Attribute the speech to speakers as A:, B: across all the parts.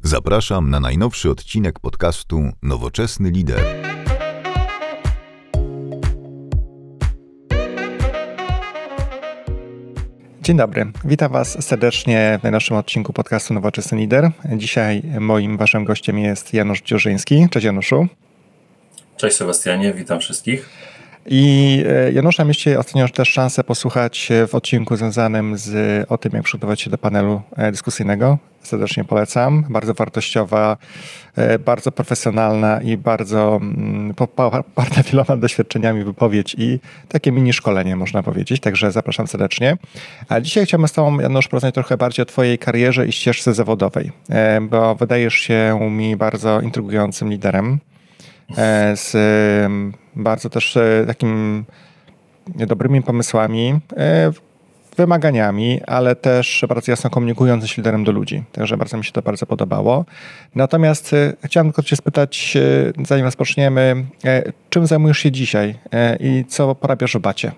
A: Zapraszam na najnowszy odcinek podcastu Nowoczesny Lider.
B: Dzień dobry, witam Was serdecznie w najnowszym odcinku podcastu Nowoczesny Lider. Dzisiaj moim Waszym gościem jest Janusz Dziurzyński. Cześć Januszu.
C: Cześć Sebastianie, witam wszystkich.
B: I Janusza mieliście ostatnio też szansę posłuchać w odcinku związanym o tym, jak przygotować się do panelu dyskusyjnego. Serdecznie polecam. Bardzo wartościowa, bardzo profesjonalna i bardzo poparta wieloma doświadczeniami wypowiedź i takie mini szkolenie, można powiedzieć. Także zapraszam serdecznie. A dzisiaj chciałbym z Tobą, Janusz, porozmawiać trochę bardziej o Twojej karierze i ścieżce zawodowej, bo wydajesz się mi bardzo intrygującym liderem, z bardzo też takim dobrymi pomysłami, wymaganiami, ale też bardzo jasno komunikującym się liderem do ludzi. Także bardzo mi się to bardzo podobało. Natomiast chciałem tylko Cię spytać, zanim rozpoczniemy, czym zajmujesz się dzisiaj i co porabiasz w BAT-cie?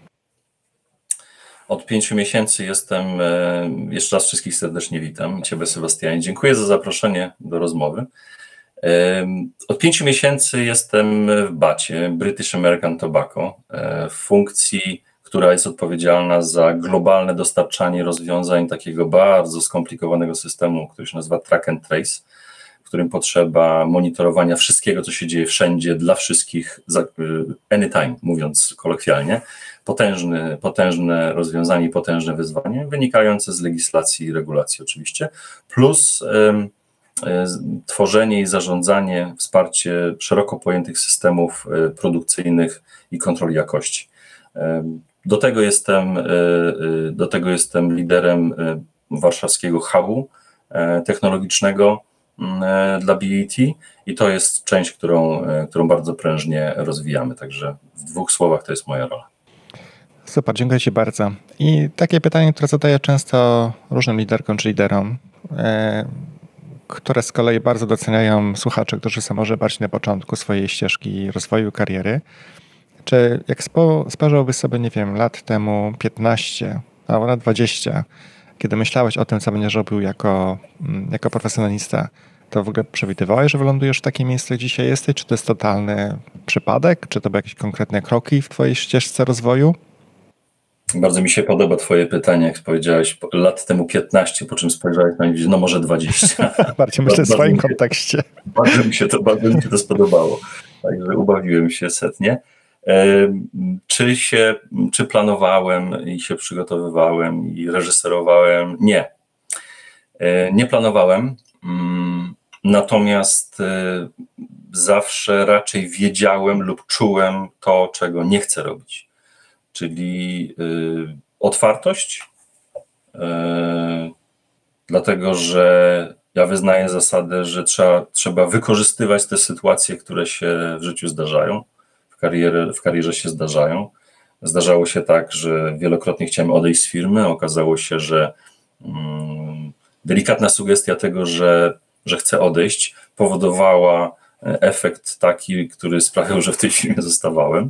C: Od 5 miesięcy jestem, jeszcze raz wszystkich serdecznie witam, Ciebie Sebastianie, dziękuję za zaproszenie do rozmowy. Od 5 miesięcy jestem w BAT-cie, British American Tobacco, w funkcji, która jest odpowiedzialna za globalne dostarczanie rozwiązań takiego bardzo skomplikowanego systemu, który się nazywa Track and Trace, w którym potrzeba monitorowania wszystkiego, co się dzieje wszędzie, dla wszystkich, anytime, mówiąc kolokwialnie. Potężne rozwiązanie, potężne wyzwanie, wynikające z legislacji i regulacji oczywiście, plus tworzenie i zarządzanie, wsparcie szeroko pojętych systemów produkcyjnych i kontroli jakości. Do tego jestem liderem warszawskiego hubu technologicznego dla BAT i to jest część, którą bardzo prężnie rozwijamy. Także w 2 słowach to jest moja rola.
B: Super, dziękuję Ci bardzo. I takie pytanie, które zadaję często różnym liderkom czy liderom, które z kolei bardzo doceniają słuchacze, którzy są może bardziej na początku swojej ścieżki rozwoju kariery. Czy jak spojrzałbyś sobie, nie wiem, lat temu 15 albo lat 20, kiedy myślałeś o tym, co będziesz robił jako profesjonalista, to w ogóle przewidywałeś, że wylądujesz w takim miejscu, gdzie dzisiaj jesteś? Czy to jest totalny przypadek? Czy to były jakieś konkretne kroki w Twojej ścieżce rozwoju?
C: Bardzo mi się podoba Twoje pytanie, jak powiedziałeś lat temu 15, po czym spojrzałeś na nie, no może 20.
B: Bardziej myślę w swoim kontekście.
C: Bardzo mi się to spodobało, także ubawiłem się setnie. Czy planowałem i się przygotowywałem i reżyserowałem? Nie. Nie planowałem, natomiast zawsze raczej wiedziałem lub czułem to, czego nie chcę robić. Czyli otwartość, dlatego że ja wyznaję zasadę, że trzeba wykorzystywać te sytuacje, które się w życiu zdarzają, w karierze się zdarzają. Zdarzało się tak, że wielokrotnie chciałem odejść z firmy, okazało się, że delikatna sugestia tego, że chcę odejść, powodowała efekt taki, który sprawiał, że w tej firmie zostawałem.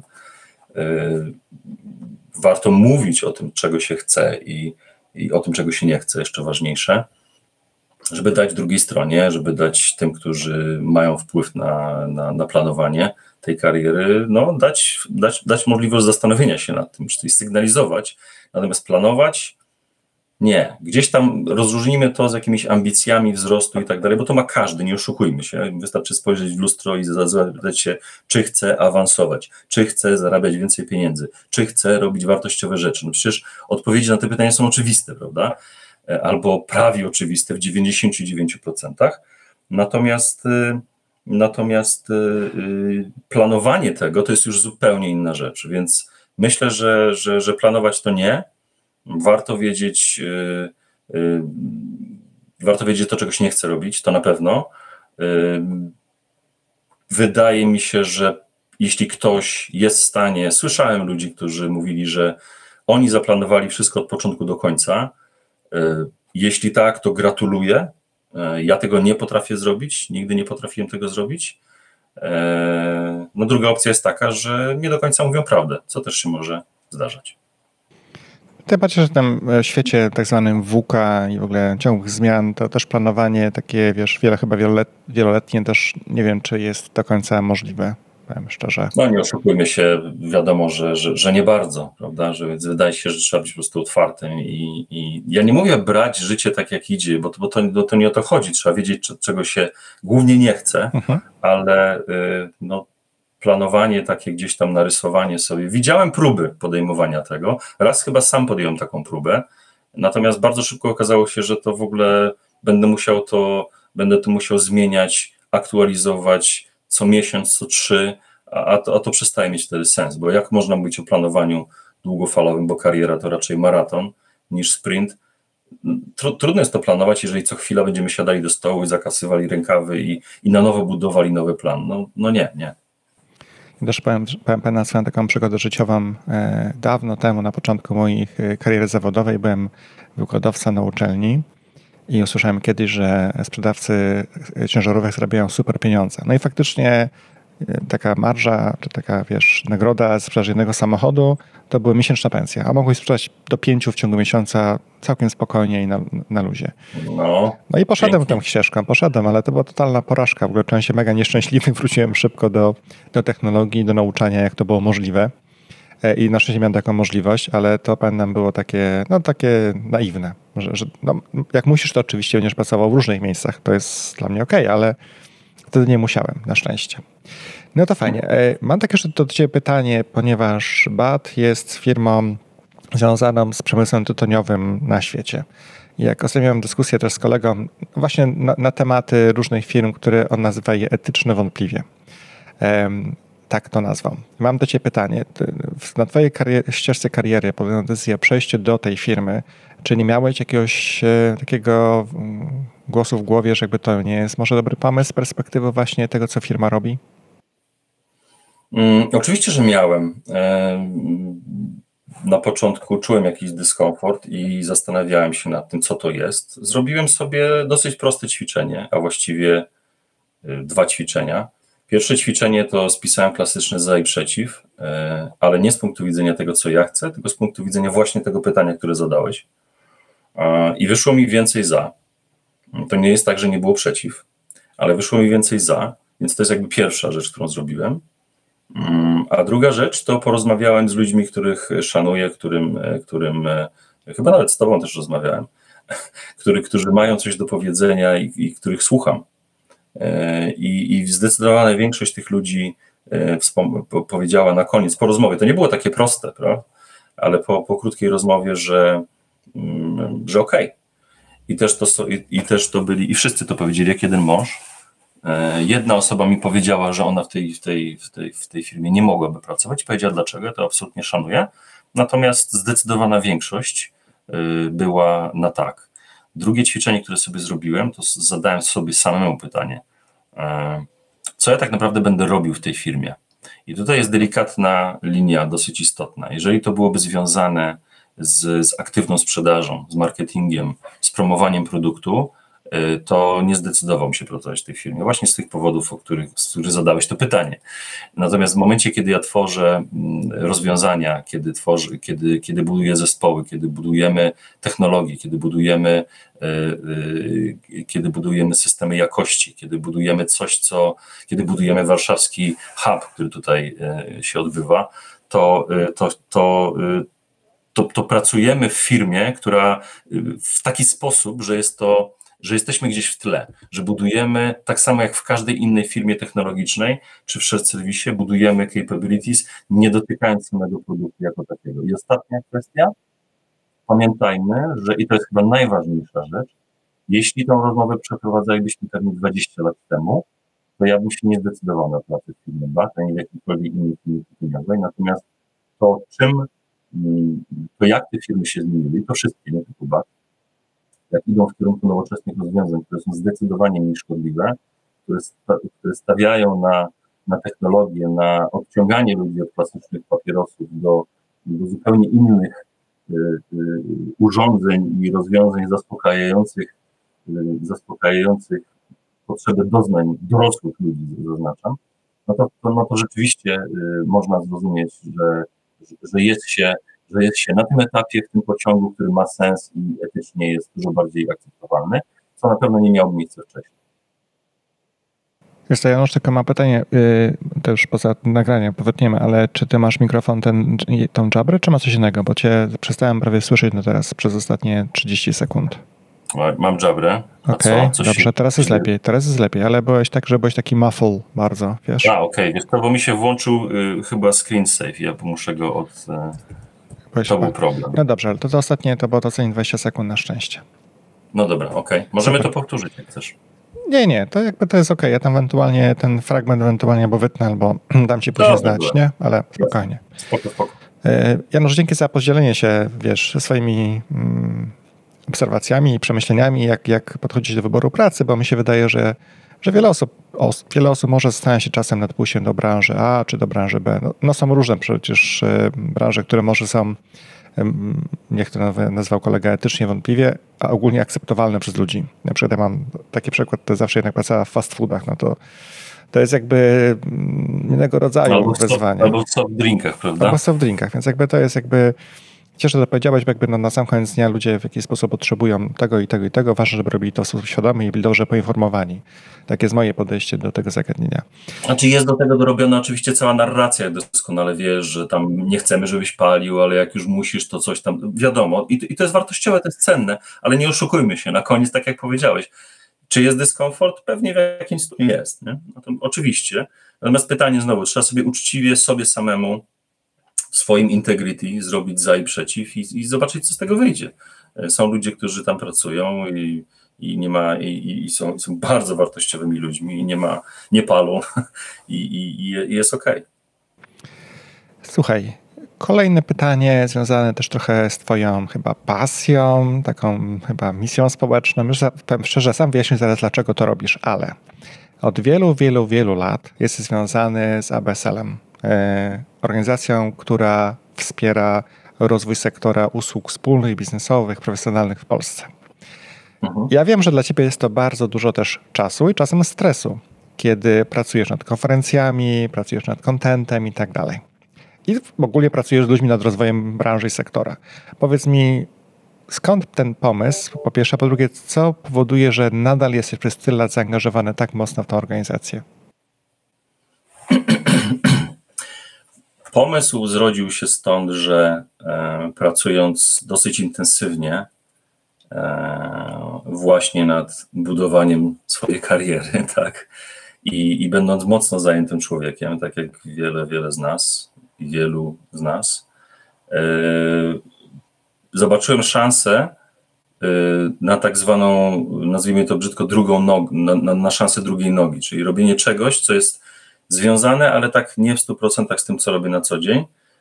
C: Warto mówić o tym, czego się chce i o tym, czego się nie chce, jeszcze ważniejsze, żeby dać drugiej stronie, żeby dać tym, którzy mają wpływ na planowanie tej kariery, no dać możliwość zastanowienia się nad tym, czyli sygnalizować, natomiast planować nie. Gdzieś tam rozróżnimy to z jakimiś ambicjami wzrostu i tak dalej, bo to ma każdy, nie oszukujmy się. Wystarczy spojrzeć w lustro i zapytać się, czy chce awansować, czy chce zarabiać więcej pieniędzy, czy chce robić wartościowe rzeczy. No przecież odpowiedzi na te pytania są oczywiste, prawda? Albo prawie oczywiste w 99%. Natomiast planowanie tego to jest już zupełnie inna rzecz, więc myślę, że planować to nie. Warto wiedzieć to, czego się nie chce robić, to na pewno. Wydaje mi się, że jeśli ktoś jest w stanie, słyszałem ludzi, którzy mówili, że oni zaplanowali wszystko od początku do końca. Jeśli tak, to gratuluję. Ja tego nie potrafię zrobić, nigdy nie potrafiłem tego zrobić. No druga opcja jest taka, że nie do końca mówią prawdę, co też się może zdarzać.
B: Tym bardziej, że w tym świecie tak zwanym VUCA i w ogóle ciągłych zmian, to też planowanie takie, wiesz, chyba wieloletnie też nie wiem, czy jest do końca możliwe, powiem szczerze.
C: No nie oszukujmy się, wiadomo, że nie bardzo, prawda, że więc wydaje się, że trzeba być po prostu otwartym i ja nie mówię brać życie tak jak idzie, bo to nie o to chodzi, trzeba wiedzieć, czego się głównie nie chce, ale no, planowanie takie gdzieś tam, narysowanie sobie, widziałem próby podejmowania tego, raz chyba sam podjąłem taką próbę, natomiast bardzo szybko okazało się, że to w ogóle będę to musiał zmieniać, aktualizować co miesiąc, co 3, a to przestaje mieć wtedy sens, bo jak można mówić o planowaniu długofalowym, bo kariera to raczej maraton niż sprint. Trudno jest to planować, jeżeli co chwila będziemy siadali do stołu i zakasywali rękawy i na nowo budowali nowy plan. No nie.
B: Też powiem taką przygodę życiową. Dawno temu, na początku mojej kariery zawodowej, byłem wykładowcą na uczelni i usłyszałem kiedyś, że sprzedawcy ciężarówek zarabiają super pieniądze. No i faktycznie taka marża, czy taka, wiesz, nagroda z sprzedaży jednego samochodu to była miesięczna pensja, a mogłeś sprzedać do 5 w ciągu miesiąca całkiem spokojnie i na luzie. No i poszedłem tą ścieżką, ale to była totalna porażka. W ogóle czułem się mega nieszczęśliwy, wróciłem szybko do technologii, do nauczania, jak to było możliwe. I na szczęście miałem taką możliwość, ale to pamiętam było takie naiwne, że jak musisz, to oczywiście będziesz pracował w różnych miejscach, to jest dla mnie okej, ale wtedy nie musiałem, na szczęście. No to fajnie. Mam takie jeszcze do ciebie pytanie, ponieważ BAT jest firmą związaną z przemysłem tytoniowym na świecie. Jak ostatnio miałem dyskusję też z kolegą właśnie na tematy różnych firm, które on nazywa je etyczne wątpliwie. Tak to nazwał. Mam do ciebie pytanie. Na twojej ścieżce kariery podjęto decyzję o przejściu do tej firmy. Czy nie miałeś jakiegoś takiego głosu w głowie, że jakby to nie jest może dobry pomysł z perspektywy właśnie tego, co firma robi?
C: Oczywiście, że miałem. Na początku czułem jakiś dyskomfort i zastanawiałem się nad tym, co to jest. Zrobiłem sobie dosyć proste ćwiczenie, a właściwie 2 ćwiczenia. Pierwsze ćwiczenie to spisałem klasyczne za i przeciw, ale nie z punktu widzenia tego, co ja chcę, tylko z punktu widzenia właśnie tego pytania, które zadałeś. I wyszło mi więcej za. To nie jest tak, że nie było przeciw, ale wyszło mi więcej za, więc to jest jakby pierwsza rzecz, którą zrobiłem. A druga rzecz to porozmawiałem z ludźmi, których szanuję, którym chyba nawet z tobą też rozmawiałem, którzy mają coś do powiedzenia i których słucham. I zdecydowana większość tych ludzi powiedziała na koniec, po rozmowie, to nie było takie proste, prawda? Ale po krótkiej rozmowie, że okej. I wszyscy to powiedzieli, jak jeden mąż. Jedna osoba mi powiedziała, że ona w tej firmie nie mogłaby pracować. Powiedziała dlaczego, ja to absolutnie szanuję. Natomiast zdecydowana większość była na tak. Drugie ćwiczenie, które sobie zrobiłem, to zadałem sobie samemu pytanie, co ja tak naprawdę będę robił w tej firmie. I tutaj jest delikatna linia, dosyć istotna. Jeżeli to byłoby związane z aktywną sprzedażą, z marketingiem, z promowaniem produktu, to nie zdecydowałbym się pracować w tej firmie. Właśnie z tych powodów, z których zadałeś to pytanie. Natomiast w momencie, kiedy ja tworzę rozwiązania, kiedy buduję zespoły, kiedy budujemy technologie, kiedy budujemy systemy jakości, kiedy budujemy kiedy budujemy warszawski hub, który tutaj się odbywa, to pracujemy w firmie, która w taki sposób, że jesteśmy gdzieś w tle, że budujemy, tak samo jak w każdej innej firmie technologicznej, czy w shared serwisie, budujemy capabilities, nie dotykając samego produktu jako takiego. I ostatnia kwestia, pamiętajmy, i to jest chyba najważniejsza rzecz, jeśli tą rozmowę przeprowadzalibyśmy pewnie 20 lat temu, to ja bym się nie zdecydował na pracę w firmie BAT, ani w jakiejkolwiek innej firmie tytoniowej, natomiast to jak te firmy się zmieniły, to wszystkie, nie tylko BAT, jak idą w kierunku nowoczesnych rozwiązań, które są zdecydowanie mniej szkodliwe, które stawiają na technologię, na odciąganie ludzi od klasycznych papierosów do zupełnie innych urządzeń i rozwiązań zaspokajających potrzeby doznań dorosłych ludzi, zaznaczam, no to rzeczywiście można zrozumieć, że jest się że jest się na tym etapie w tym pociągu, który ma sens i etycznie jest dużo bardziej akceptowalny, co na pewno nie miało miejsca wcześniej.
B: Wiesz co, Janusz, tylko mam pytanie, to już poza nagraniem powytniemy, ale czy ty masz mikrofon, tą Jabrę, czy ma coś innego? Bo cię przestałem prawie słyszeć teraz przez ostatnie 30 sekund.
C: Mam Jabrę.
B: Okej, dobrze, teraz jest lepiej, ale byłeś tak, że byłeś taki muffle bardzo, wiesz?
C: Okej, wiesz co, bo mi się włączył chyba screen save, ja muszę go to był problem.
B: No dobrze, ale to ostatnie to było to ostatnie 20 sekund na szczęście.
C: No dobra, okej. Możemy to powtórzyć, jak chcesz.
B: Nie, to jakby to jest okej. Ja tam ewentualnie ten fragment albo wytnę, albo dam ci później znać, nie? Ale spokojnie.
C: Spoko.
B: Janusz, dzięki za podzielenie się, wiesz, swoimi obserwacjami i przemyśleniami, jak podchodzić do wyboru pracy, bo mi się wydaje, że wiele osób może zastanawiać się czasem nad pójściem do branży A czy do branży B. No są różne przecież branże, które może są, niech to nazwał kolega etycznie, wątpliwie, a ogólnie akceptowalne przez ludzi. Na przykład ja mam taki przykład, to zawsze jednak praca w fast foodach, no to jest jakby innego rodzaju wyzwanie.
C: Albo w soft drinkach, prawda?
B: Albo w soft drinkach, więc jakby to jest cieszę, że powiedziałeś, bo jakby na sam koniec dnia ludzie w jakiś sposób potrzebują tego i tego i tego. Ważne, żeby robili to w sposób świadomy i byli dobrze poinformowani. Takie jest moje podejście do tego zagadnienia.
C: Znaczy jest do tego dorobiona oczywiście cała narracja, jak doskonale wiesz, że tam nie chcemy, żebyś palił, ale jak już musisz, to coś tam, wiadomo. I to jest wartościowe, to jest cenne, ale nie oszukujmy się, na koniec, tak jak powiedziałeś, czy jest dyskomfort? Pewnie w jakimś stopniu jest, nie? No to oczywiście. Natomiast pytanie znowu, trzeba sobie uczciwie, sobie samemu, swoim integrity zrobić za i przeciw i zobaczyć, co z tego wyjdzie. Są ludzie, którzy tam pracują i są bardzo wartościowymi ludźmi i nie palą i jest okej.
B: Słuchaj, kolejne pytanie związane też trochę z twoją chyba pasją, taką chyba misją społeczną. Już powiem szczerze, sam wyjaśnię zaraz, dlaczego to robisz, ale od wielu lat jesteś związany z ABSL-em. Organizacją, która wspiera rozwój sektora usług wspólnych, biznesowych, profesjonalnych w Polsce. Ja wiem, że dla ciebie jest to bardzo dużo też czasu i czasem stresu, kiedy pracujesz nad konferencjami, pracujesz nad contentem i tak dalej. I w ogóle pracujesz z ludźmi nad rozwojem branży i sektora. Powiedz mi, skąd ten pomysł, po pierwsze, a po drugie, co powoduje, że nadal jesteś przez tyle lat zaangażowany tak mocno w tę organizację?
C: Pomysł zrodził się stąd, że pracując dosyć intensywnie właśnie nad budowaniem swojej kariery, tak, i będąc mocno zajętym człowiekiem, tak jak wielu z nas, zobaczyłem szansę na tak zwaną, nazwijmy to brzydko, drugą nogę, na szansę drugiej nogi, czyli robienie czegoś, co jest związane, ale tak nie w 100% z tym, co robię na co dzień.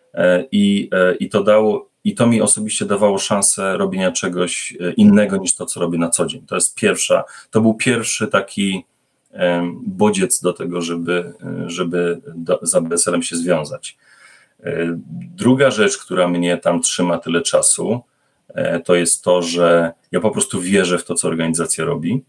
C: I to mi osobiście dawało szansę robienia czegoś innego niż to, co robię na co dzień. To był pierwszy taki bodziec do tego, żeby z ABSL-em się związać. Druga rzecz, która mnie tam trzyma tyle czasu, to jest to, że ja po prostu wierzę w to, co organizacja robi.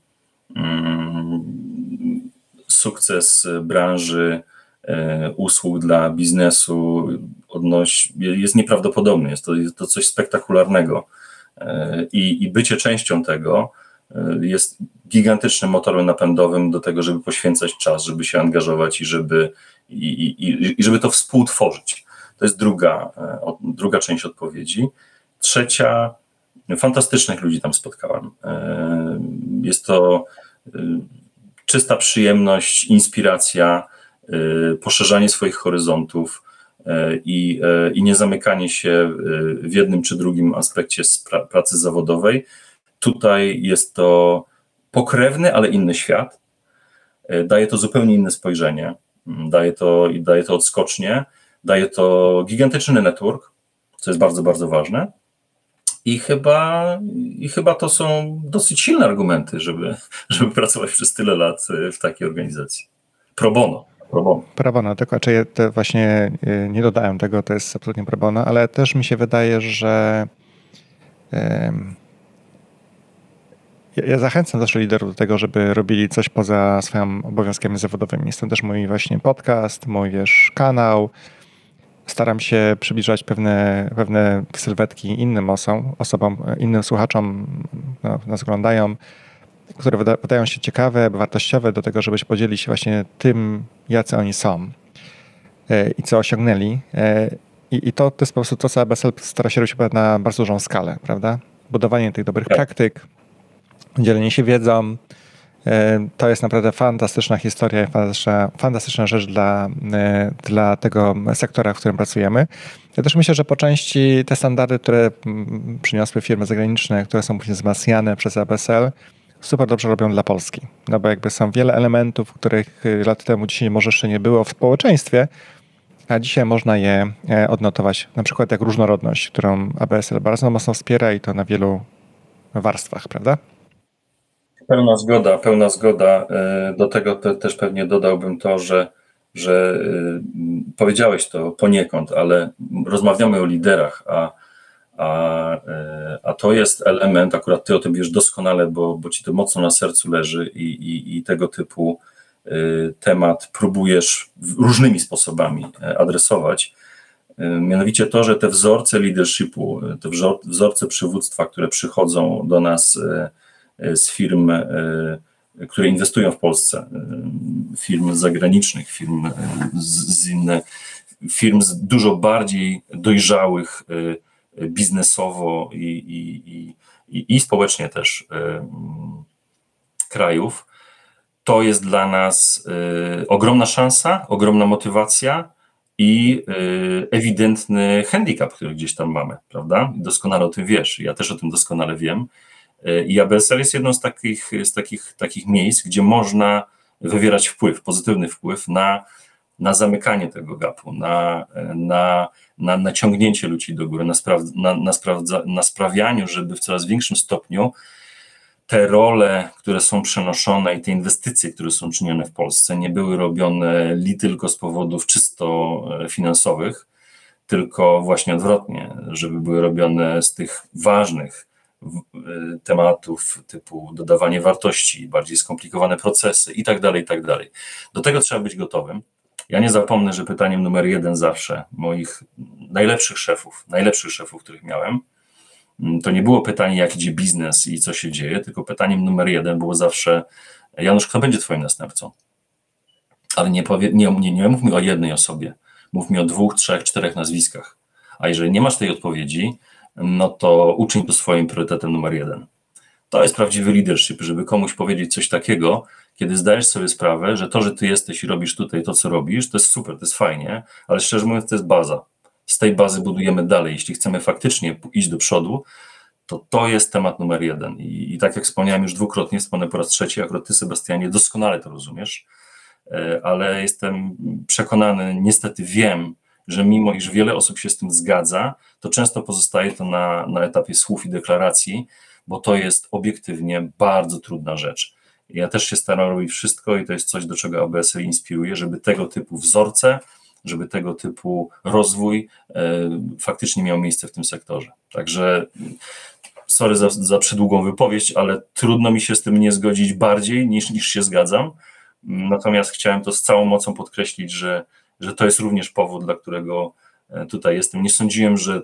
C: Sukces branży usług dla biznesu jest nieprawdopodobny, jest to coś spektakularnego i bycie częścią tego jest gigantycznym motorem napędowym do tego, żeby poświęcać czas, żeby się angażować i żeby to współtworzyć. To jest druga część odpowiedzi. Trzecia, fantastycznych ludzi tam spotkałem. Jest to czysta przyjemność, inspiracja, poszerzanie swoich horyzontów i nie zamykanie się w jednym czy drugim aspekcie pracy zawodowej. Tutaj jest to pokrewny, ale inny świat. Daje to zupełnie inne spojrzenie. Daje to odskocznie. Daje to gigantyczny network, co jest bardzo, bardzo ważne. I chyba to są dosyć silne argumenty, żeby pracować przez tyle lat w takiej organizacji. Pro bono.
B: Tylko czy ja właśnie nie dodałem tego, to jest absolutnie pro bono, ale też mi się wydaje, że ja zachęcam zawsze liderów do tego, żeby robili coś poza swoimi obowiązkami zawodowymi. Jest to też mój właśnie podcast, mój kanał. staram się przybliżać pewne sylwetki innym osobom, innym słuchaczom, nas oglądają, które wydają się ciekawe, wartościowe do tego, żeby się podzielić się właśnie tym, jacy oni są i co osiągnęli. I to jest po prostu to, co ABSL stara się robić na bardzo dużą skalę, prawda? Budowanie tych dobrych praktyk, dzielenie się wiedzą. To jest naprawdę fantastyczna historia, fantastyczna rzecz dla tego sektora, w którym pracujemy. Ja też myślę, że po części te standardy, które przyniosły firmy zagraniczne, które są później wzmacniane przez ABSL, super dobrze robią dla Polski. No bo jakby są wiele elementów, których lat temu dzisiaj może jeszcze nie było w społeczeństwie, a dzisiaj można je odnotować. Na przykład jak różnorodność, którą ABSL bardzo mocno wspiera i to na wielu warstwach, prawda?
C: Pełna zgoda. Do tego też pewnie dodałbym to, że powiedziałeś to poniekąd, ale rozmawiamy o liderach, a to jest element, akurat ty o tym wiesz doskonale, bo ci to mocno na sercu leży i tego typu temat próbujesz różnymi sposobami adresować. Mianowicie to, że te wzorce leadershipu, te wzorce przywództwa, które przychodzą do nas z firm, które inwestują w Polsce, firm zagranicznych, firm z dużo bardziej dojrzałych biznesowo i społecznie też krajów, to jest dla nas ogromna szansa, ogromna motywacja i ewidentny handicap, który gdzieś tam mamy, prawda? Doskonale o tym wiesz, ja też o tym doskonale wiem. I ABSL jest jedną z takich miejsc, gdzie można wywierać wpływ, pozytywny wpływ na zamykanie tego gapu, na naciągnięcie ludzi do góry, na sprawianiu, żeby w coraz większym stopniu te role, które są przenoszone i te inwestycje, które są czynione w Polsce, nie były robione tylko z powodów czysto finansowych, tylko właśnie odwrotnie, żeby były robione z tych ważnych tematów typu dodawanie wartości, bardziej skomplikowane procesy i tak dalej, i tak dalej. Do tego trzeba być gotowym. Ja nie zapomnę, że pytaniem numer 1 zawsze moich najlepszych szefów, których miałem, to nie było pytanie, jak idzie biznes i co się dzieje, tylko pytaniem numer 1 było zawsze: Janusz, kto będzie twoim następcą? Ale nie mów mi o jednej osobie, mów mi o 2, 3, 4 nazwiskach. A jeżeli nie masz tej odpowiedzi, no to uczyń to swoim priorytetem numer 1. To jest prawdziwy leadership, żeby komuś powiedzieć coś takiego, kiedy zdajesz sobie sprawę, że to, że ty jesteś i robisz tutaj to, co robisz, to jest super, to jest fajnie, ale szczerze mówiąc, to jest baza. Z tej bazy budujemy dalej. Jeśli chcemy faktycznie iść do przodu, to jest temat numer 1. I tak jak wspomniałem już dwukrotnie, wspomnę po raz trzeci, akurat ty, Sebastianie, doskonale to rozumiesz, ale jestem przekonany, niestety wiem, że mimo iż wiele osób się z tym zgadza, to często pozostaje to na etapie słów i deklaracji, bo to jest obiektywnie bardzo trudna rzecz. Ja też się staram robić wszystko i to jest coś, do czego ABSL inspiruje, żeby tego typu wzorce, żeby tego typu rozwój faktycznie miał miejsce w tym sektorze. Także sorry za przydługą wypowiedź, ale trudno mi się z tym nie zgodzić bardziej niż się zgadzam. Natomiast chciałem to z całą mocą podkreślić, że to jest również powód, dla którego tutaj jestem. Nie sądziłem, że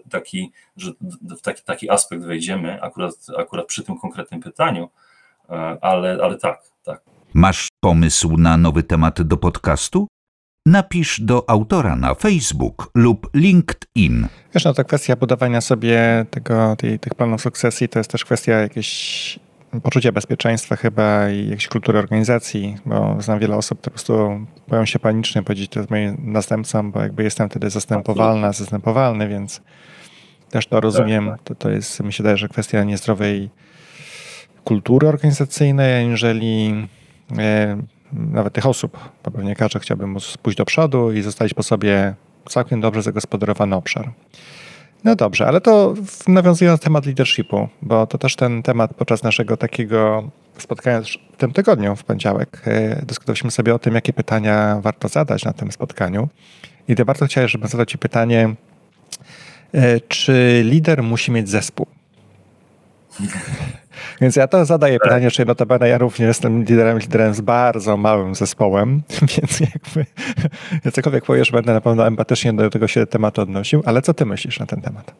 C: w taki aspekt wejdziemy akurat przy tym konkretnym pytaniu, ale tak.
A: Masz pomysł na nowy temat do podcastu? Napisz do autora na Facebook lub LinkedIn.
B: Wiesz, no to kwestia budowania sobie tych planów sukcesji to jest też kwestia jakiegoś poczucia bezpieczeństwa chyba i jakiejś kultury organizacji, bo znam wiele osób, które po prostu boją się panicznie powiedzieć, to jest moim następcą, bo jakby jestem wtedy zastępowalny, więc też to rozumiem. To jest, mi się wydaje, że kwestia niezdrowej kultury organizacyjnej, aniżeli nawet tych osób, bo pewnie każdy chciałby móc pójść do przodu i zostawić po sobie całkiem dobrze zagospodarowany obszar. No dobrze, ale to nawiązując do temat leadershipu, bo to też ten temat podczas naszego takiego spotkania w tym tygodniu, w poniedziałek, dyskutowaliśmy sobie o tym, jakie pytania warto zadać na tym spotkaniu. I ty bardzo chciałeś, żebym zadał ci pytanie, czy lider musi mieć zespół? Więc ja to zadaję pytanie, czy notabene ja również jestem liderem z bardzo małym zespołem, więc jakby cokolwiek powiesz, będę na pewno empatycznie do tego się tematu odnosił, ale co ty myślisz na ten temat?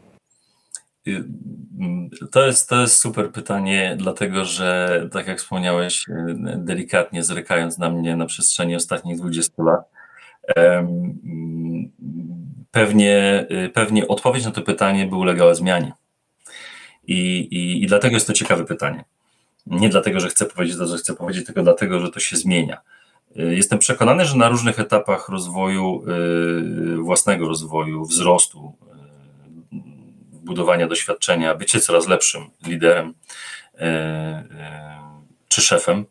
C: To jest super pytanie, dlatego że, tak jak wspomniałeś, delikatnie zrykając na mnie na przestrzeni ostatnich 20 lat, pewnie odpowiedź na to pytanie by ulegała zmianie. I dlatego jest to ciekawe pytanie. Nie dlatego, że chcę powiedzieć to, że chcę powiedzieć, tylko dlatego, że to się zmienia. Jestem przekonany, że na różnych etapach rozwoju, własnego rozwoju, wzrostu, budowania doświadczenia, bycie coraz lepszym liderem czy szefem,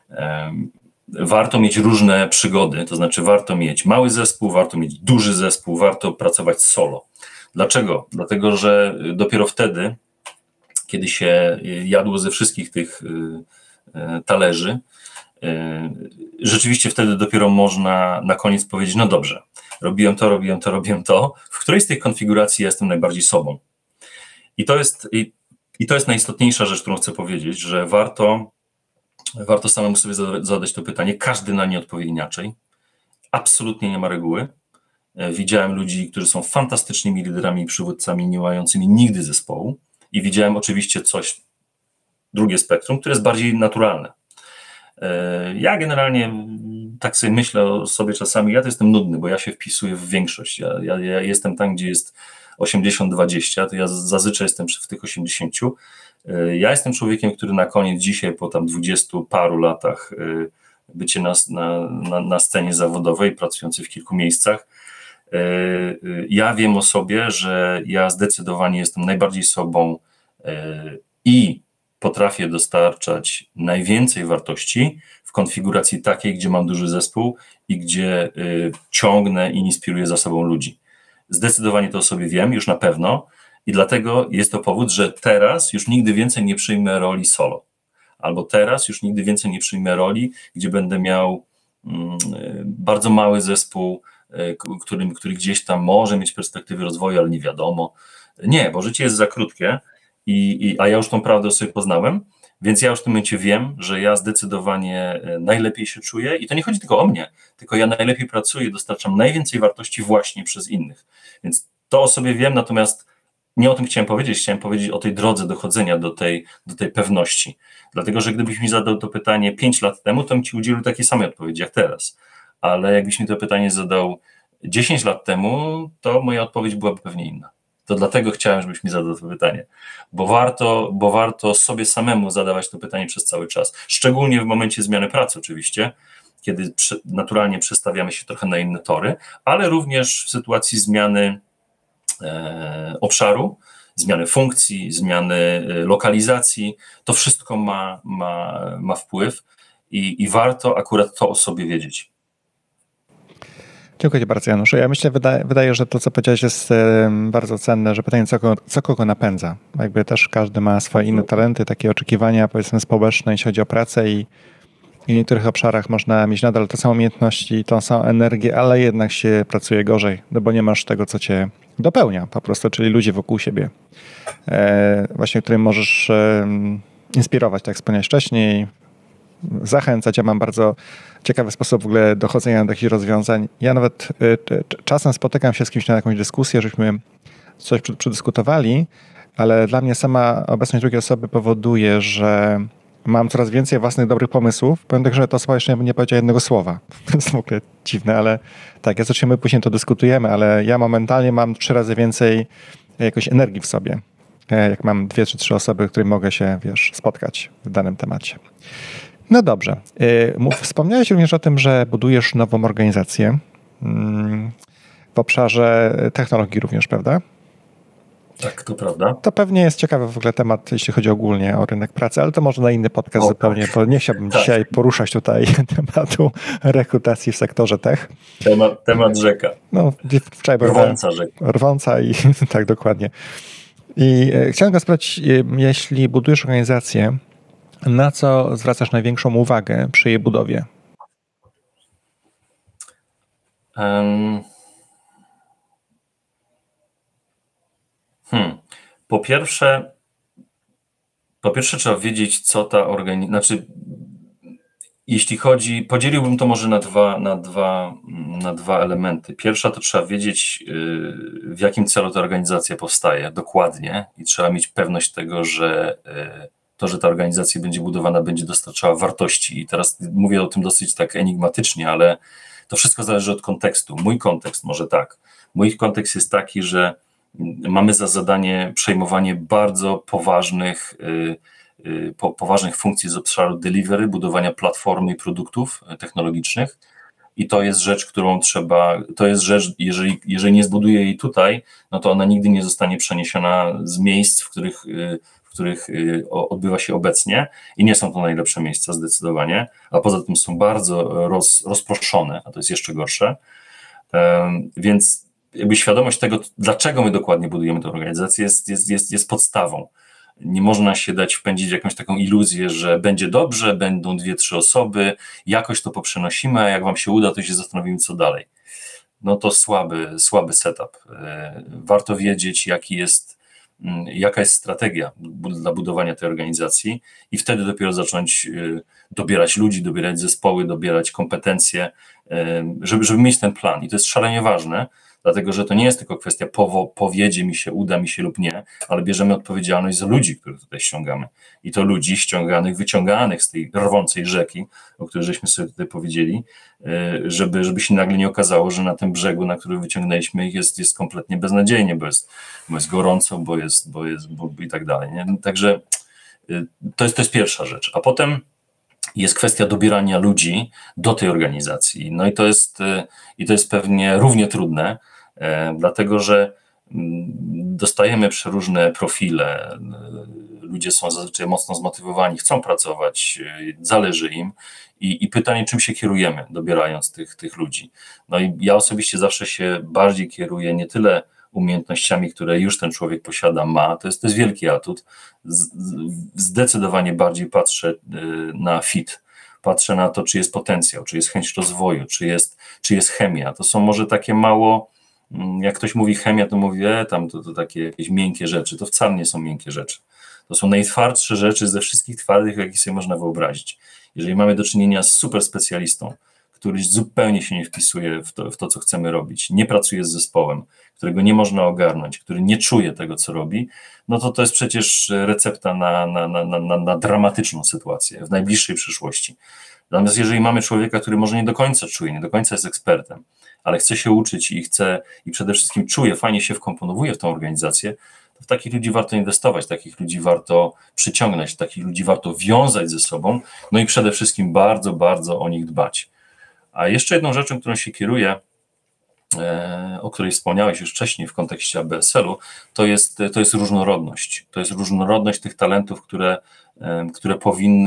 C: warto mieć różne przygody, to znaczy warto mieć mały zespół, warto mieć duży zespół, warto pracować solo. Dlaczego? Dlatego, że dopiero wtedy, kiedy się jadło ze wszystkich tych talerzy, rzeczywiście wtedy dopiero można na koniec powiedzieć, no dobrze, robiłem to, w której z tych konfiguracji ja jestem najbardziej sobą. I to jest najistotniejsza rzecz, którą chcę powiedzieć, że warto samemu sobie zadać to pytanie. Każdy na nie odpowie inaczej. Absolutnie nie ma reguły. Widziałem ludzi, którzy są fantastycznymi liderami i przywódcami, nie mającymi nigdy zespołu. I widziałem oczywiście drugie spektrum, które jest bardziej naturalne. Ja generalnie tak sobie myślę o sobie czasami, ja to jestem nudny, bo ja się wpisuję w większość. Ja jestem tam, gdzie jest 80-20, to ja zazwyczaj jestem w tych 80. Ja jestem człowiekiem, który na koniec dzisiaj, po tam 20 paru latach bycie na scenie zawodowej, pracujący w kilku miejscach, ja wiem o sobie, że ja zdecydowanie jestem najbardziej sobą i potrafię dostarczać najwięcej wartości w konfiguracji takiej, gdzie mam duży zespół i gdzie ciągnę i inspiruję za sobą ludzi. Zdecydowanie to o sobie wiem, już na pewno, i dlatego jest to powód, że teraz już nigdy więcej nie przyjmę roli solo. Albo teraz już nigdy więcej nie przyjmę roli, gdzie będę miał bardzo mały zespół, który gdzieś tam może mieć perspektywy rozwoju, ale nie wiadomo. Nie, bo życie jest za krótkie, a ja już tą prawdę sobie poznałem, więc ja już w tym momencie wiem, że ja zdecydowanie najlepiej się czuję i to nie chodzi tylko o mnie, tylko ja najlepiej pracuję, dostarczam najwięcej wartości właśnie przez innych. Więc to o sobie wiem, natomiast nie o tym chciałem powiedzieć o tej drodze dochodzenia do tej pewności. Dlatego, że gdybyś mi zadał to pytanie 5 lat temu, to bym ci udzielił takiej samej odpowiedzi jak teraz. Ale jakbyś mi to pytanie zadał 10 lat temu, to moja odpowiedź byłaby pewnie inna. To dlatego chciałem, żebyś mi zadał to pytanie, bo warto sobie samemu zadawać to pytanie przez cały czas. Szczególnie w momencie zmiany pracy oczywiście, kiedy naturalnie przestawiamy się trochę na inne tory, ale również w sytuacji zmiany obszaru, zmiany funkcji, zmiany lokalizacji. To wszystko ma wpływ i warto akurat to o sobie wiedzieć.
B: Dziękuję Ci bardzo, Januszu. Ja myślę, wydaje, że to, co powiedziałeś, jest bardzo cenne, że pytanie, co kogo napędza. Jakby też każdy ma swoje inne talenty, takie oczekiwania, powiedzmy, społeczne, jeśli chodzi o pracę i w niektórych obszarach można mieć nadal te same umiejętności, tą samą energię, ale jednak się pracuje gorzej, no bo nie masz tego, co Cię dopełnia po prostu, czyli ludzi wokół siebie, właśnie którym możesz inspirować, tak jak wspomniałeś wcześniej, zachęcać. Ja mam bardzo ciekawy sposób w ogóle dochodzenia do takich rozwiązań. Ja nawet czasem spotykam się z kimś na jakąś dyskusję, żebyśmy coś przedyskutowali, ale dla mnie sama obecność drugiej osoby powoduje, że mam coraz więcej własnych dobrych pomysłów. Powiem tak, że ta osoba jeszcze nie powiedziała jednego słowa. To jest w ogóle dziwne, ale tak, ja zaczniemy, później to dyskutujemy, ale ja momentalnie mam 3 razy więcej jakoś energii w sobie, jak mam 2 czy 3 osoby, którymi mogę się, spotkać w danym temacie. No dobrze. Wspomniałeś również o tym, że budujesz nową organizację w obszarze technologii również, prawda?
C: Tak, to prawda.
B: To pewnie jest ciekawy w ogóle temat, jeśli chodzi ogólnie o rynek pracy, ale to może na inny podcast zupełnie, bo nie chciałbym dzisiaj poruszać tutaj tematu rekrutacji w sektorze tech.
C: Temat rzeka.
B: No, wczoraj
C: rwąca rzeka.
B: Rwąca i tak, dokładnie. I chciałem go spytać, jeśli budujesz organizację, na co zwracasz największą uwagę przy jej budowie?
C: Po pierwsze, Po pierwsze trzeba wiedzieć, co ta organizacja, znaczy jeśli chodzi, podzieliłbym to może na dwa elementy. Pierwsza to trzeba wiedzieć, w jakim celu ta organizacja powstaje dokładnie i trzeba mieć pewność tego, że to, że ta organizacja będzie budowana, będzie dostarczała wartości. I teraz mówię o tym dosyć tak enigmatycznie, ale to wszystko zależy od kontekstu. Mój kontekst może tak. Mój kontekst jest taki, że mamy za zadanie przejmowanie bardzo poważnych funkcji z obszaru delivery, budowania platformy i produktów technologicznych i to jest rzecz, jeżeli nie zbuduję jej tutaj, no to ona nigdy nie zostanie przeniesiona z miejsc, w których odbywa się obecnie i nie są to najlepsze miejsca zdecydowanie, a poza tym są bardzo rozproszone, a to jest jeszcze gorsze, więc jakby świadomość tego, dlaczego my dokładnie budujemy tę organizację jest podstawą. Nie można się dać wpędzić w jakąś taką iluzję, że będzie dobrze, będą 2-3 osoby, jakoś to poprzenosimy, a jak wam się uda, to się zastanowimy, co dalej. No to słaby setup. Warto wiedzieć, jaka jest strategia dla budowania tej organizacji i wtedy dopiero zacząć dobierać ludzi, dobierać zespoły, dobierać kompetencje, żeby mieć ten plan. I to jest szalenie ważne, dlatego że to nie jest tylko kwestia powiedzie mi się, uda mi się lub nie, ale bierzemy odpowiedzialność za ludzi, których tutaj ściągamy. I to ludzi ściąganych, wyciąganych z tej rwącej rzeki, o której żeśmy sobie tutaj powiedzieli, żeby się nagle nie okazało, że na tym brzegu, na który wyciągnęliśmy ich, jest kompletnie beznadziejnie, bo jest gorąco, bo i tak dalej. Nie? Także to jest pierwsza rzecz. A potem jest kwestia dobierania ludzi do tej organizacji. No i to jest pewnie równie trudne, dlatego że dostajemy przeróżne profile, ludzie są zazwyczaj mocno zmotywowani, chcą pracować, zależy im i pytanie, czym się kierujemy, dobierając tych ludzi. No i ja osobiście zawsze się bardziej kieruję nie tyle umiejętnościami, które już ten człowiek posiada, to jest wielki atut. Zdecydowanie bardziej patrzę na fit, patrzę na to, czy jest potencjał, czy jest chęć rozwoju, czy jest chemia. To są może takie mało, jak ktoś mówi chemia, to mówi, tam to takie jakieś miękkie rzeczy. To wcale nie są miękkie rzeczy. To są najtwardsze rzeczy ze wszystkich twardych, jakie sobie można wyobrazić. Jeżeli mamy do czynienia z super specjalistą, który zupełnie się nie wpisuje w to, co chcemy robić, nie pracuje z zespołem, którego nie można ogarnąć, który nie czuje tego, co robi, no to jest przecież recepta na dramatyczną sytuację w najbliższej przyszłości. Natomiast jeżeli mamy człowieka, który może nie do końca czuje, nie do końca jest ekspertem, ale chce się uczyć i przede wszystkim czuje, fajnie się wkomponowuje w tą organizację, to w takich ludzi warto inwestować, takich ludzi warto przyciągnąć, takich ludzi warto wiązać ze sobą, no i przede wszystkim bardzo, bardzo o nich dbać. A jeszcze jedną rzeczą, którą się kieruję, o której wspomniałeś już wcześniej w kontekście ABSL-u, to jest różnorodność. To jest różnorodność tych talentów, które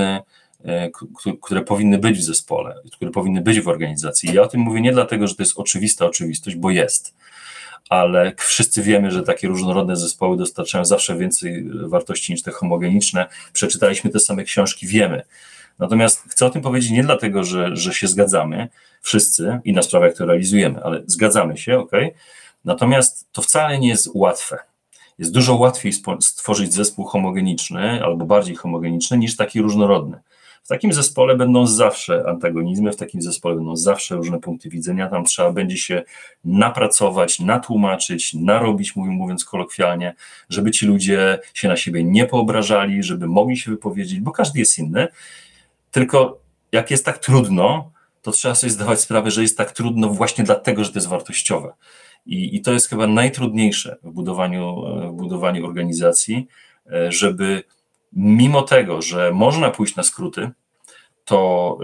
C: powinny być w zespole, które powinny być w organizacji. Ja o tym mówię nie dlatego, że to jest oczywista oczywistość, bo jest, ale wszyscy wiemy, że takie różnorodne zespoły dostarczają zawsze więcej wartości niż te homogeniczne. Przeczytaliśmy te same książki, wiemy. Natomiast chcę o tym powiedzieć nie dlatego, że się zgadzamy wszyscy i na sprawach, które realizujemy, ale zgadzamy się, okej. Natomiast to wcale nie jest łatwe. Jest dużo łatwiej stworzyć zespół homogeniczny albo bardziej homogeniczny niż taki różnorodny. W takim zespole będą zawsze antagonizmy, w takim zespole będą zawsze różne punkty widzenia, tam trzeba będzie się napracować, natłumaczyć, narobić, mówiąc kolokwialnie, żeby ci ludzie się na siebie nie poobrażali, żeby mogli się wypowiedzieć, bo każdy jest inny. Tylko jak jest tak trudno, to trzeba sobie zdawać sprawę, że jest tak trudno właśnie dlatego, że to jest wartościowe. I to jest chyba najtrudniejsze w budowaniu organizacji, żeby mimo tego, że można pójść na skróty, to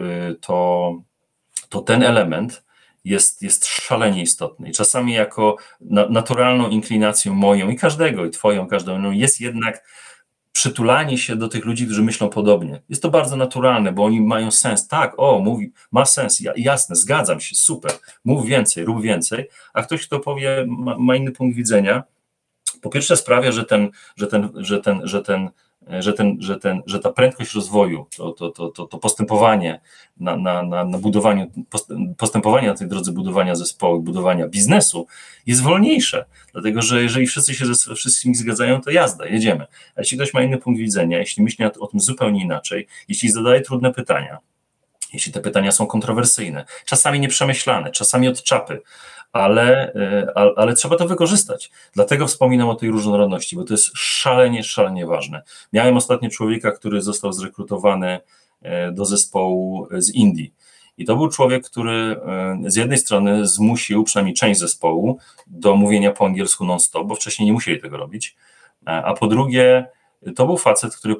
C: ten element jest szalenie istotny. I czasami jako naturalną inklinacją moją i każdego, i twoją, każdą jest jednak przytulanie się do tych ludzi, którzy myślą podobnie. Jest to bardzo naturalne, bo oni mają sens. Tak, ma sens, jasne, zgadzam się, super, mów więcej, rób więcej, a ktoś, kto powie, ma inny punkt widzenia, po pierwsze sprawia, że ten że ta prędkość rozwoju, to postępowanie na budowaniu, postępowanie na tej drodze budowania zespołu, budowania biznesu jest wolniejsze, dlatego że jeżeli wszyscy się ze wszystkimi zgadzają, to jazda, jedziemy. A jeśli ktoś ma inny punkt widzenia, jeśli myśli o tym zupełnie inaczej, jeśli zadaje trudne pytania, jeśli te pytania są kontrowersyjne, czasami nieprzemyślane, czasami od czapy, ale trzeba to wykorzystać. Dlatego wspominam o tej różnorodności, bo to jest szalenie ważne. Miałem ostatnio człowieka, który został zrekrutowany do zespołu z Indii. I to był człowiek, który z jednej strony zmusił przynajmniej część zespołu do mówienia po angielsku non-stop, bo wcześniej nie musieli tego robić, a po drugie to był facet, który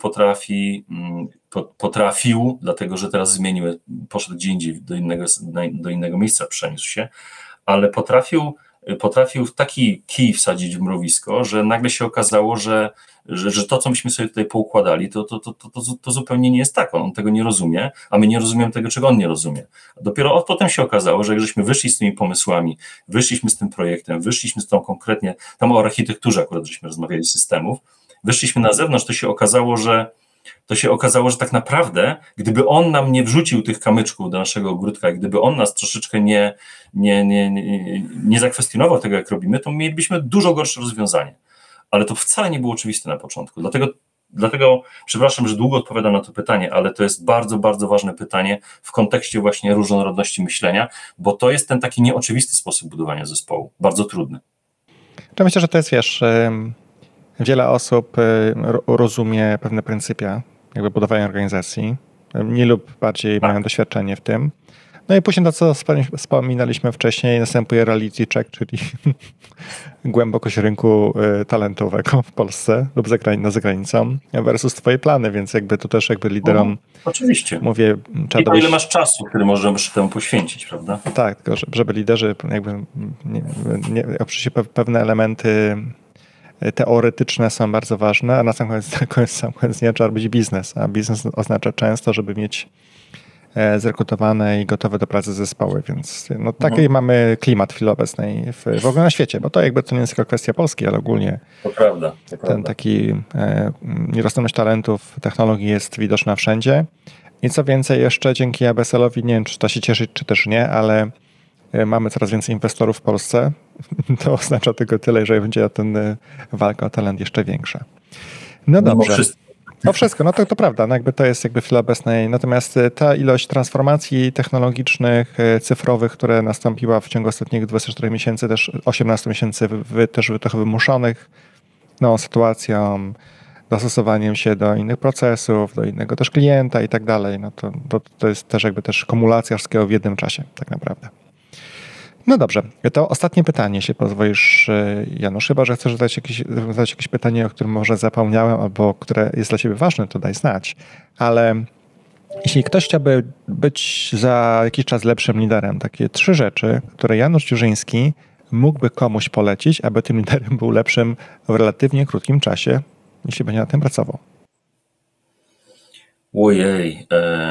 C: potrafił, dlatego że teraz zmienił, poszedł gdzie indziej, do innego miejsca przeniósł się, ale potrafił w taki kij wsadzić w mrowisko, że nagle się okazało, że to, co myśmy sobie tutaj poukładali, to zupełnie nie jest tak. On tego nie rozumie, a my nie rozumiemy tego, czego on nie rozumie. Dopiero potem się okazało, że jak żeśmy wyszli z tymi pomysłami, wyszliśmy z tym projektem, wyszliśmy z tą konkretnie, tam o architekturze akurat żeśmy rozmawiali, systemów, wyszliśmy na zewnątrz, to się okazało, że tak naprawdę, gdyby on nam nie wrzucił tych kamyczków do naszego ogródka, gdyby on nas troszeczkę nie zakwestionował tego, jak robimy, to mielibyśmy dużo gorsze rozwiązanie. Ale to wcale nie było oczywiste na początku. Dlatego przepraszam, że długo odpowiadam na to pytanie, ale to jest bardzo, bardzo ważne pytanie w kontekście właśnie różnorodności myślenia, bo to jest ten taki nieoczywisty sposób budowania zespołu, bardzo trudny.
B: Ja myślę, że to jest, wiele osób rozumie pewne pryncypia jakby budowania organizacji, mniej lub bardziej mają doświadczenie w tym. No i później to, co wspominaliśmy wcześniej, następuje reality check, czyli głębokość rynku talentowego w Polsce lub za zagranicą versus twoje plany, więc jakby tu też liderom
C: oczywiście.
B: Mówię,
C: trzeba dojść... ile masz czasu, który możesz temu poświęcić, prawda?
B: Tak, tylko żeby liderzy oczywiście pewne elementy teoretyczne są bardzo ważne, a na sam koniec dnia trzeba robić biznes, a biznes oznacza często, żeby mieć zrekrutowane i gotowe do pracy zespoły, więc taki mamy klimat w chwili obecnej w ogóle na świecie, bo to to nie jest tylko kwestia Polski, ale ogólnie
C: to prawda.
B: Taki nieroztropność talentów, technologii jest widoczna wszędzie i co więcej jeszcze dzięki ABSL-owi, nie wiem czy to się cieszyć, czy też nie, ale mamy coraz więcej inwestorów w Polsce. To oznacza tylko tyle, że będzie walka o talent jeszcze większa. No dobrze. Wszystko, to prawda, to jest w chwili obecnej. Natomiast ta ilość transformacji technologicznych, cyfrowych, która nastąpiła w ciągu ostatnich 24 miesięcy, też 18 miesięcy, też trochę wymuszonych sytuacją, dostosowaniem się do innych procesów, do innego też klienta i tak dalej, to jest też też kumulacja wszystkiego w jednym czasie, tak naprawdę. No dobrze, to ostatnie pytanie, jeśli pozwolisz, Janusz, chyba że chcesz zadać jakieś pytanie, o którym może zapomniałem, albo które jest dla ciebie ważne, to daj znać, ale jeśli ktoś chciałby być za jakiś czas lepszym liderem, takie 3 rzeczy, które Janusz Dziurzyński mógłby komuś polecić, aby tym liderem był lepszym w relatywnie krótkim czasie, jeśli będzie na tym pracował.
C: Ojej,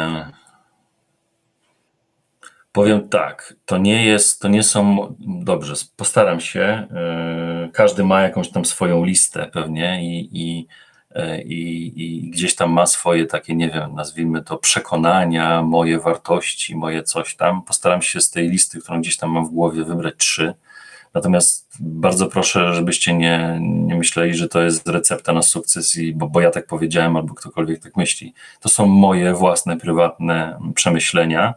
C: powiem tak, to nie są, dobrze, postaram się, każdy ma jakąś tam swoją listę pewnie i gdzieś tam ma swoje takie, nie wiem, nazwijmy to przekonania, moje wartości, moje coś tam. Postaram się z tej listy, którą gdzieś tam mam w głowie, wybrać 3. Natomiast bardzo proszę, żebyście nie myśleli, że to jest recepta na sukces, bo ja tak powiedziałem albo ktokolwiek tak myśli. To są moje własne, prywatne przemyślenia.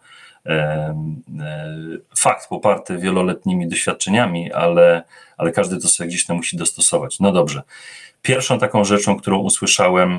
C: Fakt poparty wieloletnimi doświadczeniami, ale każdy to sobie gdzieś tam musi dostosować. No dobrze. Pierwszą taką rzeczą, którą usłyszałem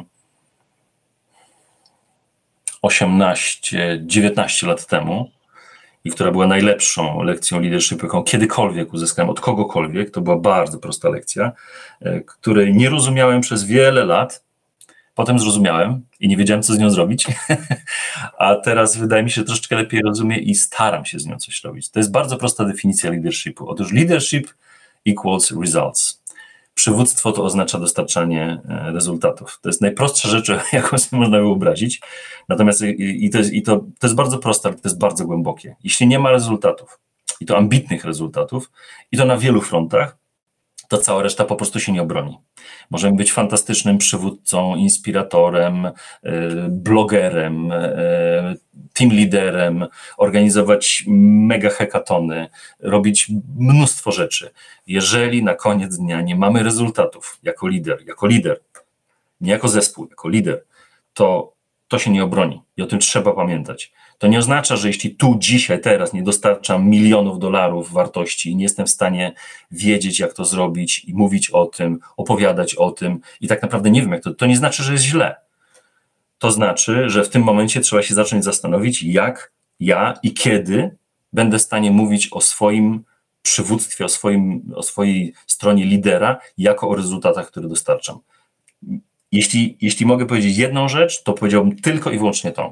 C: 19 lat temu i która była najlepszą lekcją leadershipu, jaką kiedykolwiek uzyskałem od kogokolwiek, to była bardzo prosta lekcja, której nie rozumiałem przez wiele lat. Potem zrozumiałem i nie wiedziałem, co z nią zrobić, a teraz wydaje mi się, że troszeczkę lepiej rozumiem i staram się z nią coś robić. To jest bardzo prosta definicja leadershipu. Otóż leadership equals results. Przywództwo to oznacza dostarczanie rezultatów. To jest najprostsza rzecz, jaką sobie można wyobrazić. Natomiast to jest bardzo proste, ale to jest bardzo głębokie. Jeśli nie ma rezultatów, i to ambitnych rezultatów, i to na wielu frontach, to cała reszta po prostu się nie obroni. Możemy być fantastycznym przywódcą, inspiratorem, blogerem, team liderem, organizować mega hekatony, robić mnóstwo rzeczy. Jeżeli na koniec dnia nie mamy rezultatów jako lider, nie jako zespół, jako lider, to się nie obroni i o tym trzeba pamiętać. To nie oznacza, że jeśli tu, dzisiaj, teraz nie dostarczam milionów dolarów wartości i nie jestem w stanie wiedzieć, jak to zrobić i mówić o tym, opowiadać o tym i tak naprawdę nie wiem, jak to nie znaczy, że jest źle. To znaczy, że w tym momencie trzeba się zacząć zastanowić, jak ja i kiedy będę w stanie mówić o swoim przywództwie, o swojej stronie lidera, jako o rezultatach, które dostarczam. Jeśli mogę powiedzieć jedną rzecz, to powiedziałbym tylko i wyłącznie tą.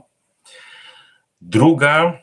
C: Druga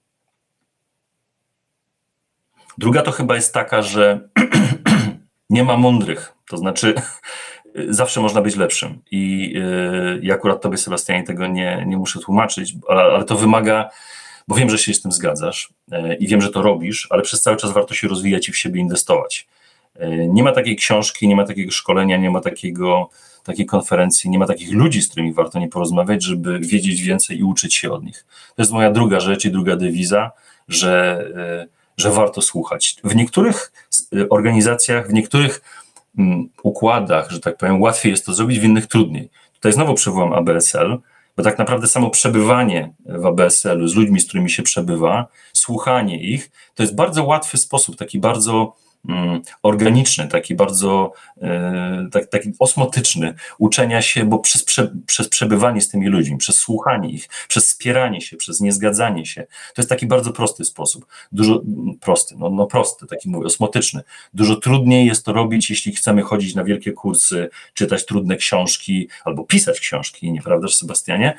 C: to chyba jest taka, że nie ma mądrych, to znaczy zawsze można być lepszym i akurat tobie, Sebastianie, tego nie muszę tłumaczyć, ale to wymaga, bo wiem, że się z tym zgadzasz i wiem, że to robisz, ale przez cały czas warto się rozwijać i w siebie inwestować. Nie ma takiej książki, nie ma takiego szkolenia, nie ma takiej konferencji, nie ma takich ludzi, z którymi warto nie porozmawiać, żeby wiedzieć więcej i uczyć się od nich. To jest moja druga rzecz i druga dewiza, że warto słuchać. W niektórych organizacjach, w niektórych układach, że tak powiem, łatwiej jest to zrobić, w innych trudniej. Tutaj znowu przywołam ABSL, bo tak naprawdę samo przebywanie w ABSL-u z ludźmi, z którymi się przebywa, słuchanie ich, to jest bardzo łatwy sposób, taki bardzo organiczny, taki bardzo taki osmotyczny uczenia się, bo przez przebywanie z tymi ludźmi, przez słuchanie ich, przez spieranie się, przez niezgadzanie się, to jest taki bardzo prosty sposób. Prosty, taki mówię, osmotyczny. Dużo trudniej jest to robić, jeśli chcemy chodzić na wielkie kursy, czytać trudne książki, albo pisać książki, nieprawdaż, Sebastianie?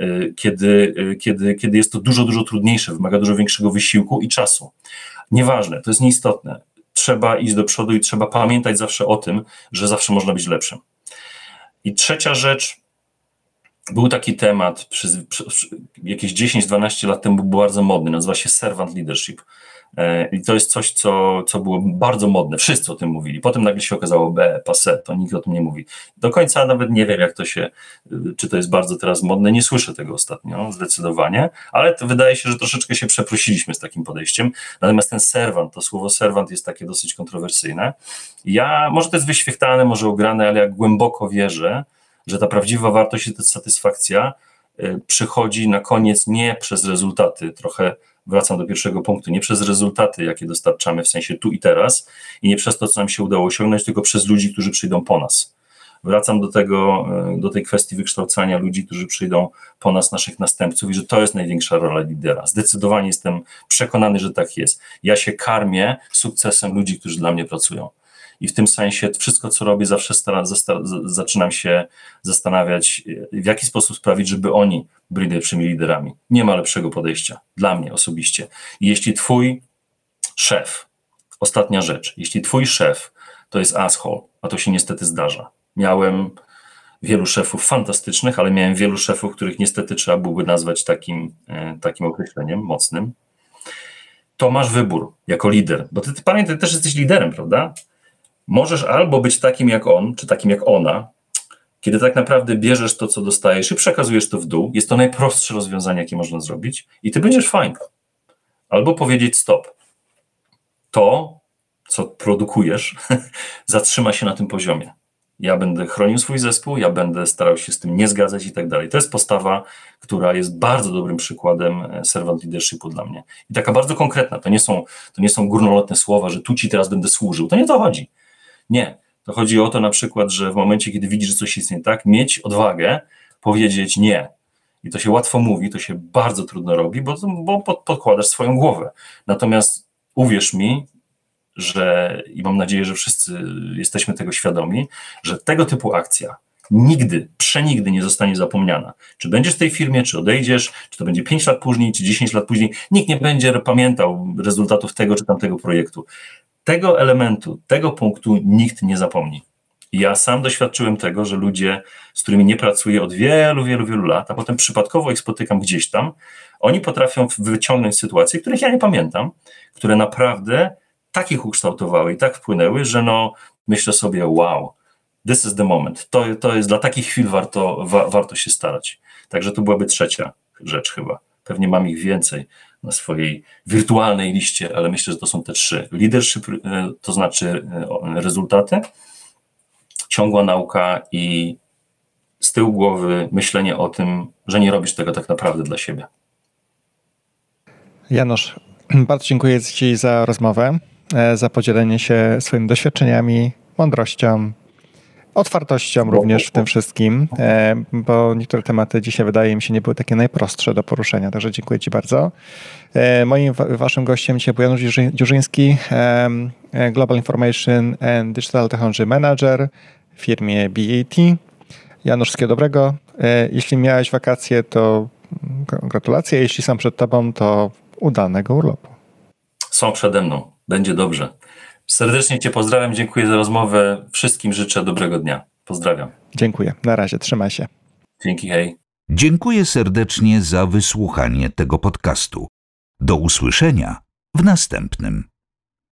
C: Kiedy jest to dużo trudniejsze, wymaga dużo większego wysiłku i czasu. Nieważne, to jest nieistotne. Trzeba iść do przodu i trzeba pamiętać zawsze o tym, że zawsze można być lepszym. I trzecia rzecz, był taki temat, jakieś 10-12 lat temu był bardzo modny, nazywa się servant leadership. I to jest coś, co było bardzo modne, wszyscy o tym mówili. Potem nagle się okazało, passé, to nikt o tym nie mówi. Do końca nawet nie wiem, czy to jest bardzo teraz modne, nie słyszę tego ostatnio, zdecydowanie, ale to wydaje się, że troszeczkę się przeprosiliśmy z takim podejściem. Natomiast ten servant, to słowo servant jest takie dosyć kontrowersyjne. Może to jest wyświechtane, może ograne, ale ja głęboko wierzę, że ta prawdziwa wartość i ta satysfakcja przychodzi na koniec nie przez rezultaty, trochę wracam do pierwszego punktu, nie przez rezultaty, jakie dostarczamy w sensie tu i teraz i nie przez to, co nam się udało osiągnąć, tylko przez ludzi, którzy przyjdą po nas. Wracam do tej kwestii wykształcania ludzi, którzy przyjdą po nas, naszych następców i że to jest największa rola lidera. Zdecydowanie jestem przekonany, że tak jest. Ja się karmię sukcesem ludzi, którzy dla mnie pracują. I w tym sensie wszystko, co robię, zawsze zaczynam się zastanawiać, w jaki sposób sprawić, żeby oni byli lepszymi liderami. Nie ma lepszego podejścia, dla mnie osobiście. I jeśli twój szef, ostatnia rzecz, jeśli twój szef to jest asshole, a to się niestety zdarza. Miałem wielu szefów fantastycznych, ale miałem wielu szefów, których niestety trzeba byłoby nazwać takim określeniem mocnym. To masz wybór jako lider, bo ty pamiętaj, ty też jesteś liderem, prawda? Możesz albo być takim jak on, czy takim jak ona, kiedy tak naprawdę bierzesz to, co dostajesz i przekazujesz to w dół. Jest to najprostsze rozwiązanie, jakie można zrobić i ty będziesz fajny. Albo powiedzieć stop. To, co produkujesz, zatrzyma się na tym poziomie. Ja będę chronił swój zespół, ja będę starał się z tym nie zgadzać i tak dalej. To jest postawa, która jest bardzo dobrym przykładem servant leadershipu dla mnie. I taka bardzo konkretna. To nie są górnolotne słowa, że tu ci teraz będę służył. To nie o to chodzi. Nie. To chodzi o to na przykład, że w momencie, kiedy widzisz, że coś jest nie tak, mieć odwagę, powiedzieć nie. I to się łatwo mówi, to się bardzo trudno robi, bo podkładasz swoją głowę. Natomiast uwierz mi, i mam nadzieję, że wszyscy jesteśmy tego świadomi, że tego typu akcja przenigdy nie zostanie zapomniana. Czy będziesz w tej firmie, czy odejdziesz, czy to będzie 5 lat później, czy 10 lat później, nikt nie będzie pamiętał rezultatów tego czy tamtego projektu. Tego elementu, tego punktu nikt nie zapomni. Ja sam doświadczyłem tego, że ludzie, z którymi nie pracuję od wielu lat, a potem przypadkowo ich spotykam gdzieś tam, oni potrafią wyciągnąć sytuacje, których ja nie pamiętam, które naprawdę tak ich ukształtowały i tak wpłynęły, że myślę sobie, wow, this is the moment. To jest dla takich chwil warto się starać. Także to byłaby trzecia rzecz chyba. Pewnie mam ich więcej na swojej wirtualnej liście, ale myślę, że to są te trzy. Leadership, to znaczy rezultaty, ciągła nauka i z tyłu głowy myślenie o tym, że nie robisz tego tak naprawdę dla siebie.
B: Janusz, bardzo dziękuję Ci za rozmowę, za podzielenie się swoimi doświadczeniami, mądrością, otwartością również w tym wszystkim, bo niektóre tematy dzisiaj wydaje mi się nie były takie najprostsze do poruszenia, także dziękuję Ci bardzo. Waszym gościem dzisiaj był Janusz Dziurzyński, Global Information and Digital Technology Manager w firmie BAT. Janusz, wszystkiego dobrego. Jeśli miałeś wakacje, to gratulacje. Jeśli są przed Tobą, to udanego urlopu.
C: Są przede mną. Będzie dobrze. Serdecznie Cię pozdrawiam. Dziękuję za rozmowę. Wszystkim życzę dobrego dnia. Pozdrawiam.
B: Dziękuję. Na razie. Trzymaj się.
C: Dzięki, hej.
A: Dziękuję serdecznie za wysłuchanie tego podcastu. Do usłyszenia w następnym.